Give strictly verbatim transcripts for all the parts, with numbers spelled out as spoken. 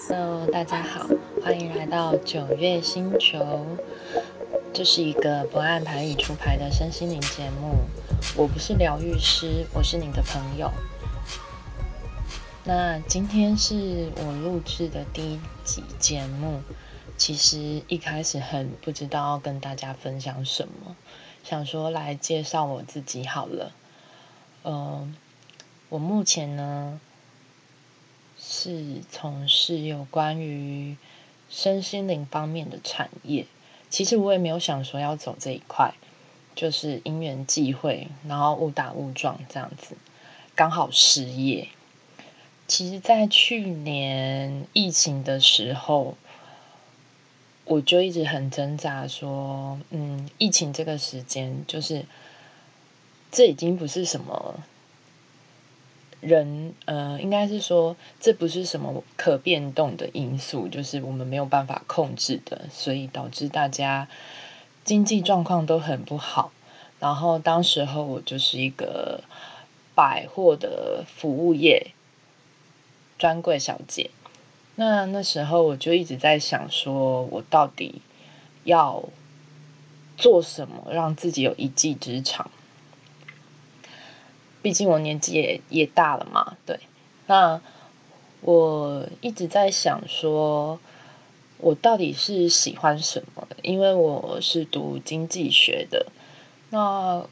Hello，大家好，欢迎来到九月星球。这是一个不按牌理出牌的身心灵节目。我不是疗愈师，我是你的朋友。那今天是我录制的第一集节目。其实一开始很不知道要跟大家分享什么，想说来介绍我自己好了。呃，我目前呢是从事有关于身心灵方面的产业。其实我也没有想说要走这一块，就是因缘际会，然后误打误撞这样子，刚好失业。其实在去年疫情的时候，我就一直很挣扎说，嗯，疫情这个时间，就是这已经不是什么人，呃，应该是说这不是什么可变动的因素，就是我们没有办法控制的，所以导致大家经济状况都很不好。然后当时候我就是一个百货的服务业专柜小姐。那那时候我就一直在想说，我到底要做什么让自己有一技之长。毕竟我年纪也也大了嘛，对。那我一直在想说，我到底是喜欢什么？因为我是读经济学的，那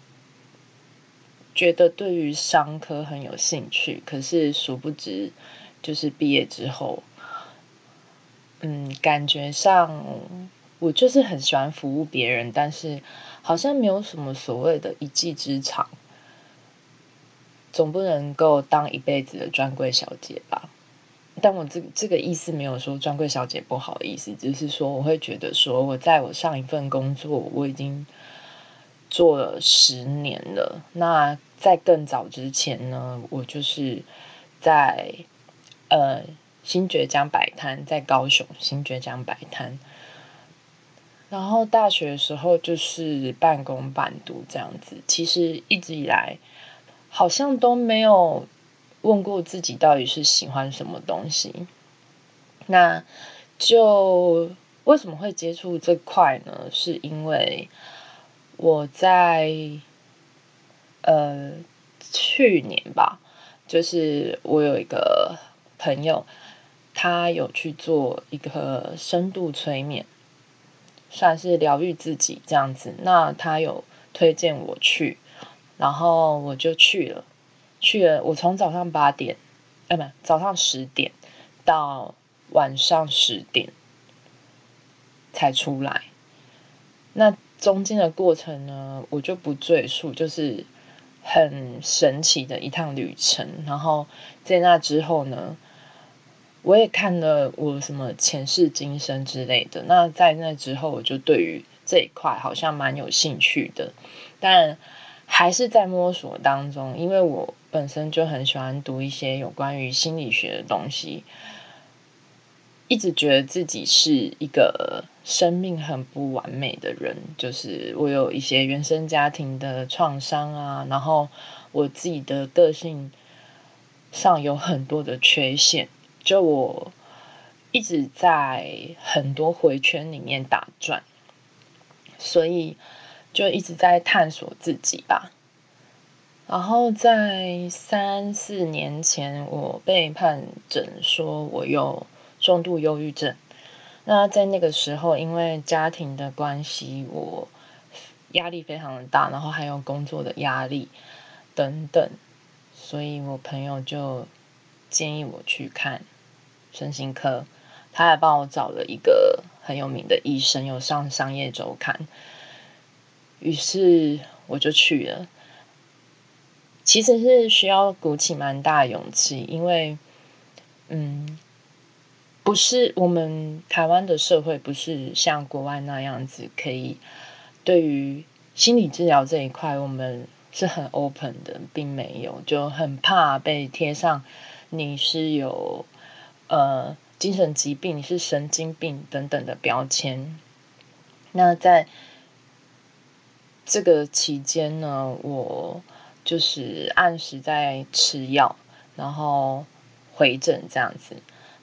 觉得对于商科很有兴趣，可是殊不知，就是毕业之后，嗯，感觉上我就是很喜欢服务别人，但是好像没有什么所谓的一技之长。总不能够当一辈子的专柜小姐吧？但我这这个意思没有说专柜小姐不好的意思，只是说我会觉得说，我在我上一份工作我已经做了十年了。那在更早之前呢，我就是在呃新爵江摆摊，在高雄新爵江摆摊。然后大学的时候就是半工半读这样子。其实一直以来好像都没有问过自己到底是喜欢什么东西。那就为什么会接触这块呢？是因为我在呃去年吧，就是我有一个朋友，他有去做一个深度催眠，算是疗愈自己这样子。那他有推荐我去，然后我就去了。去了，我从早上八点，哎，不，早上十点到晚上十点才出来。那中间的过程呢，我就不赘述，就是很神奇的一趟旅程。然后在那之后呢，我也看了我什么前世今生之类的。那在那之后，我就对于这一块好像蛮有兴趣的，但还是在摸索当中。因为我本身就很喜欢读一些有关于心理学的东西，一直觉得自己是一个生命很不完美的人，就是我有一些原生家庭的创伤啊，然后我自己的个性上有很多的缺陷，就我一直在很多回圈里面打转，所以就一直在探索自己吧。然后在三四年前，我被判诊说我有重度忧郁症。那在那个时候，因为家庭的关系，我压力非常的大，然后还有工作的压力等等，所以我朋友就建议我去看身心科。他还帮我找了一个很有名的医生，有上商业周刊，于是我就去了。其实是需要鼓起蛮大的勇气，因为嗯，不是我们台湾的社会不是像国外那样子，可以对于心理治疗这一块，我们是很 open 的，并没有，就很怕被贴上你是有呃精神疾病，你是神经病等等的标签。那在这个期间呢，我就是按时在吃药，然后回诊这样子。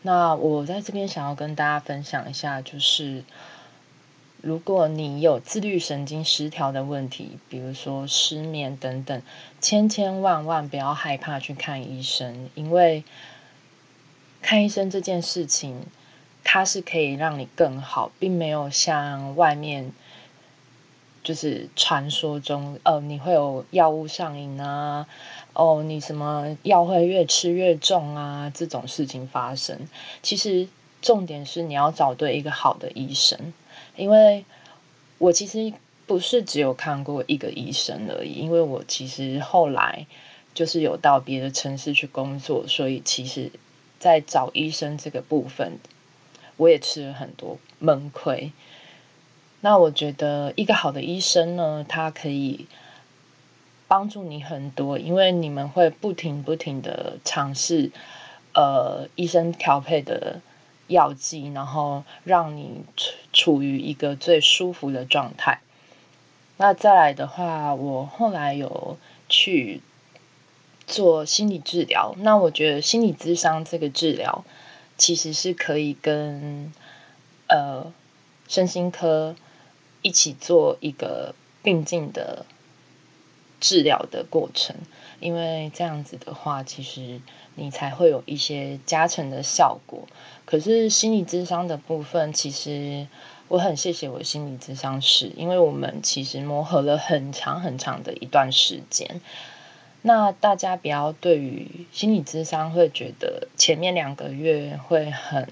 那我在这边想要跟大家分享一下，就是如果你有自律神经失调的问题，比如说失眠等等，千千万万不要害怕去看医生，因为看医生这件事情，它是可以让你更好，并没有像外面就是传说中，呃，你会有药物上瘾啊，哦，你什么药会越吃越重啊，这种事情发生。其实重点是你要找对一个好的医生，因为我其实不是只有看过一个医生而已，因为我其实后来就是有到别的城市去工作，所以其实在找医生这个部分，我也吃了很多闷亏。那我觉得一个好的医生呢，他可以帮助你很多，因为你们会不停不停的尝试，呃，医生调配的药剂，然后让你处于一个最舒服的状态。那再来的话，我后来有去做心理治疗，那我觉得心理咨商这个治疗其实是可以跟呃身心科一起做一个并进的治疗的过程，因为这样子的话，其实你才会有一些加成的效果。可是心理咨商的部分，其实我很谢谢我的心理咨商师，因为我们其实磨合了很长很长的一段时间。那大家不要对于心理咨商会觉得前面两个月会很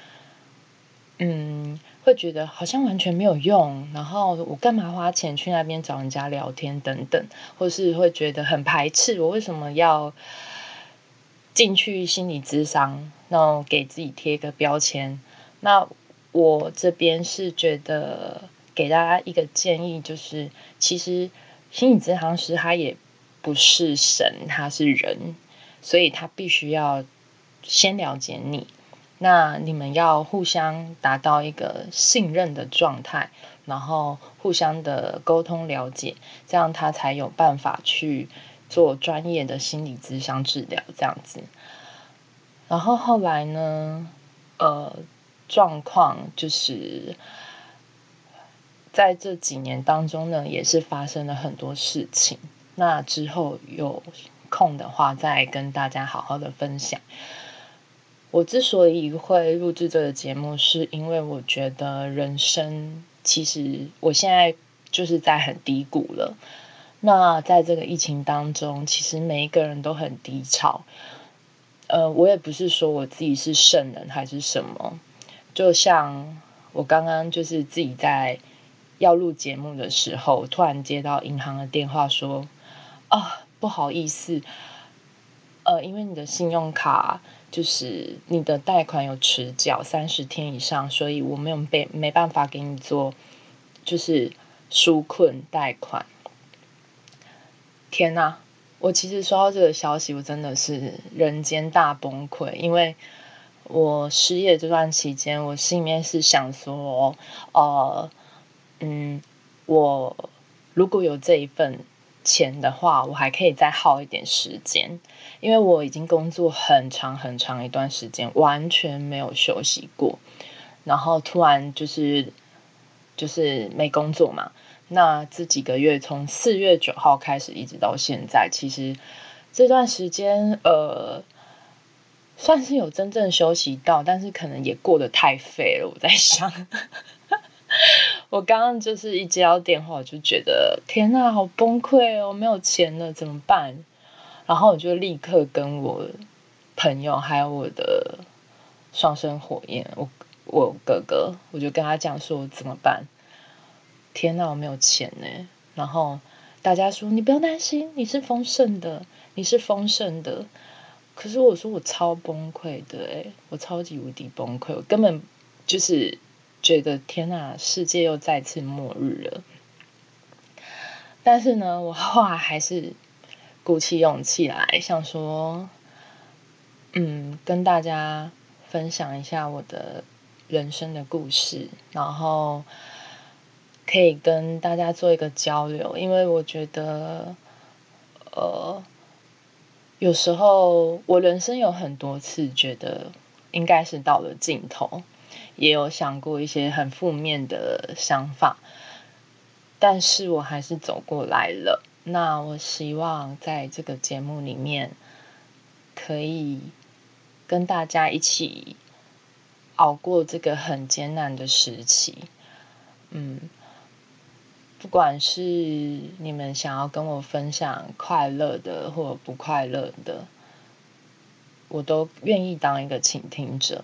嗯，会觉得好像完全没有用，然后我干嘛花钱去那边找人家聊天等等，或是会觉得很排斥，我为什么要进去心理咨商，然后给自己贴一个标签。那我这边是觉得给大家一个建议，就是其实心理咨商师他也不是神，他是人，所以他必须要先了解你。那你们要互相达到一个信任的状态，然后互相的沟通了解，这样他才有办法去做专业的心理咨商治疗这样子。然后后来呢，呃，状况就是在这几年当中呢，也是发生了很多事情。那之后有空的话，再跟大家好好的分享。我之所以会录制这个节目，是因为我觉得人生其实我现在就是在很低谷了。那在这个疫情当中，其实每一个人都很低潮。呃，我也不是说我自己是圣人还是什么，就像我刚刚就是自己在要录节目的时候，突然接到银行的电话说，啊，不好意思，呃，因为你的信用卡就是你的贷款有迟缴三十天以上，所以我没有被没办法给你做就是纾困贷款。天哪！我其实收到这个消息，我真的是人间大崩溃，因为我失业这段期间，我心里面是想说，呃，嗯，我如果有这一份钱的话，我还可以再耗一点时间，因为我已经工作很长很长一段时间，完全没有休息过，然后突然就是就是没工作嘛。那这几个月，从四月九号开始一直到现在，其实这段时间，呃，算是有真正休息到，但是可能也过得太废了。我在想，我刚刚就是一接到电话，我就觉得天哪，好崩溃哦，没有钱了，怎么办？然后我就立刻跟我朋友还有我的双生火焰，我我哥哥，我就跟他讲说怎么办？天哪，我没有钱呢。然后大家说你不要担心，你是丰盛的，你是丰盛的。可是我说我超崩溃的诶，我超级无敌崩溃，我根本就是觉得天哪，世界又再次末日了。但是呢，我后来还是鼓起勇气来，想说，嗯，跟大家分享一下我的人生的故事，然后可以跟大家做一个交流，因为我觉得，呃，有时候我人生有很多次觉得应该是到了尽头，也有想过一些很负面的想法，但是我还是走过来了。那我希望在这个节目里面可以跟大家一起熬过这个很艰难的时期。嗯，不管是你们想要跟我分享快乐的或不快乐的，我都愿意当一个倾听者。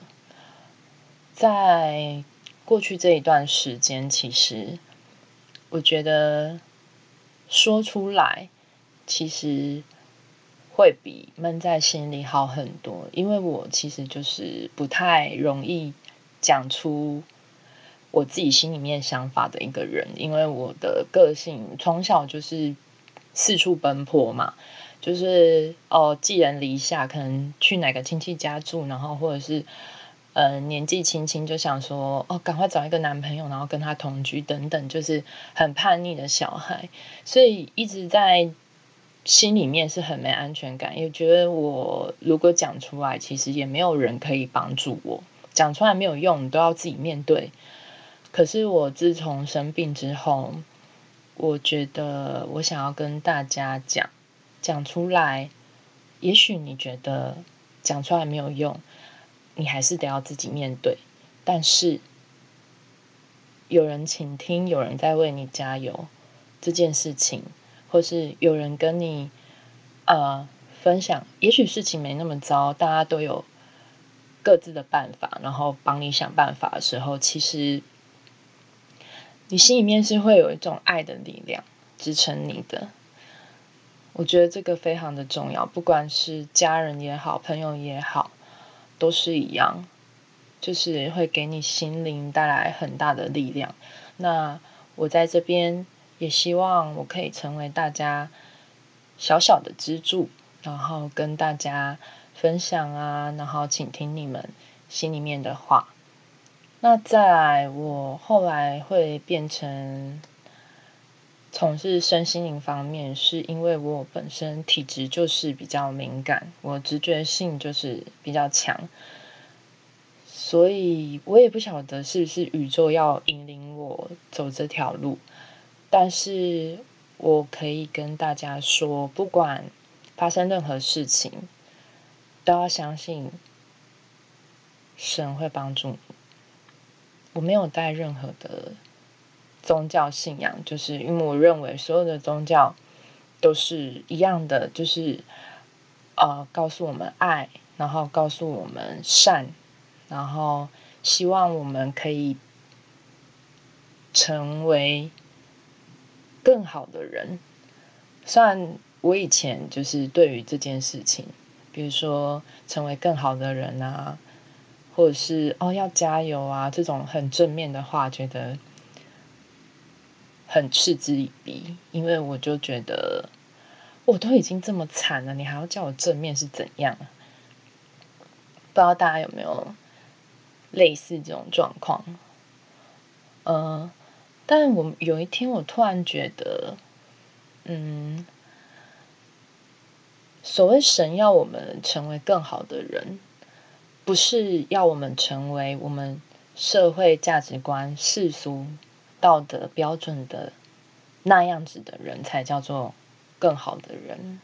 在过去这一段时间，其实我觉得说出来其实会比闷在心里好很多，因为我其实就是不太容易讲出我自己心里面想法的一个人，因为我的个性从小就是四处奔波嘛，就是哦寄人篱下，可能去哪个亲戚家住，然后或者是呃年纪轻轻就想说哦赶快找一个男朋友，然后跟他同居等等，就是很叛逆的小孩，所以一直在心里面是很没安全感，也觉得我如果讲出来，其实也没有人可以帮助我，讲出来没有用，你都要自己面对。可是我自从生病之后，我觉得我想要跟大家讲，讲出来，也许你觉得讲出来没有用，你还是得要自己面对。但是有人倾听，有人在为你加油这件事情，或是有人跟你呃分享，也许事情没那么糟，大家都有各自的办法，然后帮你想办法的时候，其实你心里面是会有一种爱的力量支撑你的。我觉得这个非常的重要，不管是家人也好，朋友也好，都是一样，就是会给你心灵带来很大的力量。那我在这边也希望我可以成为大家小小的支柱，然后跟大家分享啊，然后倾听你们心里面的话。那再来，我后来会变成从事身心灵方面，是因为我本身体质就是比较敏感，我直觉性就是比较强，所以我也不晓得是不是宇宙要引领我走这条路，但是我可以跟大家说，不管发生任何事情，都要相信神会帮助你。我没有带任何的宗教信仰，就是因为我认为所有的宗教都是一样的，就是呃告诉我们爱，然后告诉我们善，然后希望我们可以成为更好的人。虽然我以前就是对于这件事情，比如说成为更好的人啊，或者是哦要加油啊这种很正面的话，觉得很嗤之以鼻，因为我就觉得我都已经这么惨了，你还要叫我正面是怎样？不知道大家有没有类似这种状况？嗯，但我有一天我突然觉得，嗯，所谓神要我们成为更好的人，不是要我们成为我们社会价值观、世俗道德标准的那样子的人才叫做更好的人。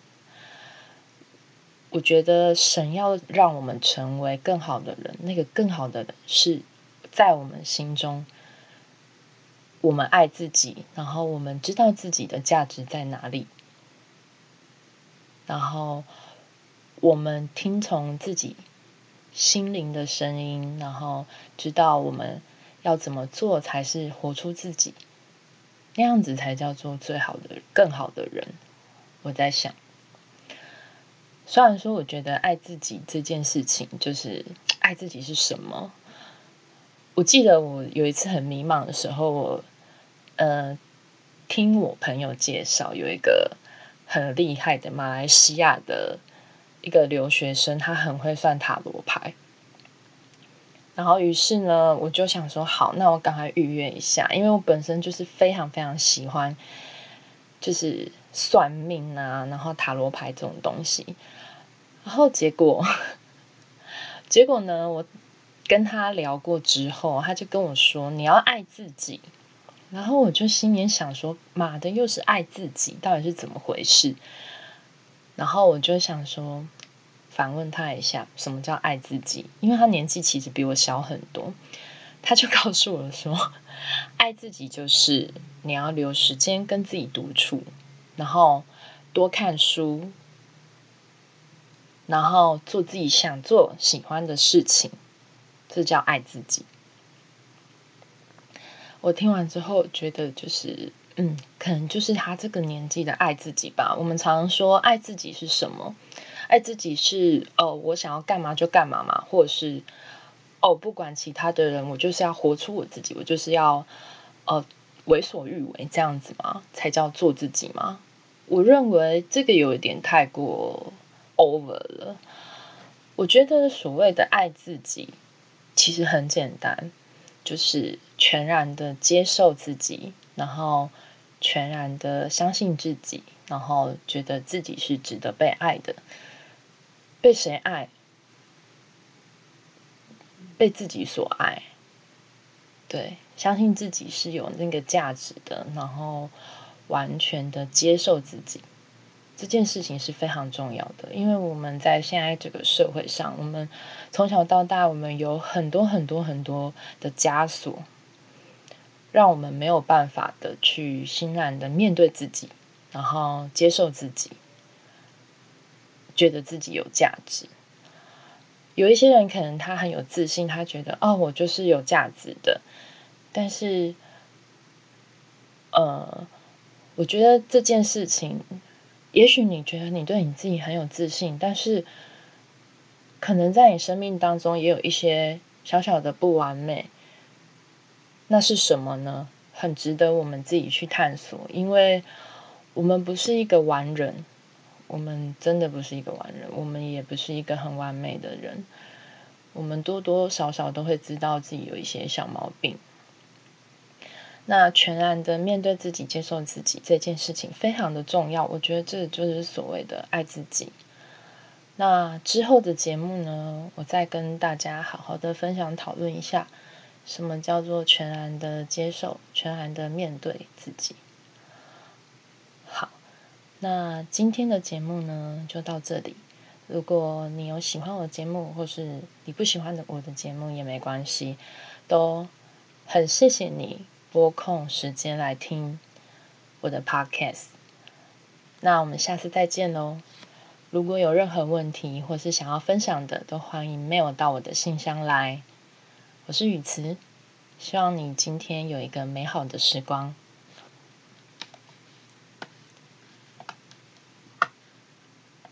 我觉得神要让我们成为更好的人，那个更好的人是在我们心中，我们爱自己，然后我们知道自己的价值在哪里，然后我们听从自己心灵的声音，然后知道我们要怎么做才是活出自己，那样子才叫做最好的、更好的人。我在想，虽然说我觉得爱自己这件事情，就是爱自己是什么？我记得我有一次很迷茫的时候，我呃听我朋友介绍，有一个很厉害的马来西亚的一个留学生，他很会算塔罗牌。然后于是呢，我就想说，好，那我赶快预约一下，因为我本身就是非常非常喜欢，就是算命啊，然后塔罗牌这种东西。然后结果结果呢，我跟他聊过之后，他就跟我说你要爱自己。然后我就心里想说，妈的，又是爱自己，到底是怎么回事？然后我就想说，反问他一下，什么叫爱自己？因为他年纪其实比我小很多，他就告诉我说，爱自己就是你要留时间跟自己独处，然后多看书，然后做自己想做喜欢的事情，这叫爱自己。我听完之后觉得就是嗯，可能就是他这个年纪的爱自己吧。我们常常说爱自己是什么？爱自己是哦，我想要干嘛就干嘛嘛，或者是哦，不管其他的人，我就是要活出我自己，我就是要呃为所欲为这样子嘛，才叫做自己嘛。我认为这个有一点太过 over 了。我觉得所谓的爱自己，其实很简单。就是全然的接受自己，然后全然的相信自己，然后觉得自己是值得被爱的。被谁爱？被自己所爱。对，相信自己是有那个价值的，然后完全的接受自己。这件事情是非常重要的，因为我们在现在这个社会上，我们从小到大，我们有很多很多很多的枷锁，让我们没有办法的去欣然的面对自己，然后接受自己，觉得自己有价值。有一些人可能他很有自信，他觉得哦，我就是有价值的，但是呃，我觉得这件事情，也许你觉得你对你自己很有自信，但是可能在你生命当中也有一些小小的不完美。那是什么呢？很值得我们自己去探索，因为我们不是一个完人，我们真的不是一个完人，我们也不是一个很完美的人，我们多多少少都会知道自己有一些小毛病。那全然的面对自己，接受自己这件事情非常的重要，我觉得这就是所谓的爱自己。那之后的节目呢，我再跟大家好好的分享讨论一下，什么叫做全然的接受，全然的面对自己。好，那今天的节目呢就到这里。如果你有喜欢我的节目，或是你不喜欢我的节目也没关系，都很谢谢你拨空时间来听我的 podcast。那我们下次再见咯。如果有任何问题或是想要分享的，都欢迎 mail 到我的信箱来。我是雨慈，希望你今天有一个美好的时光。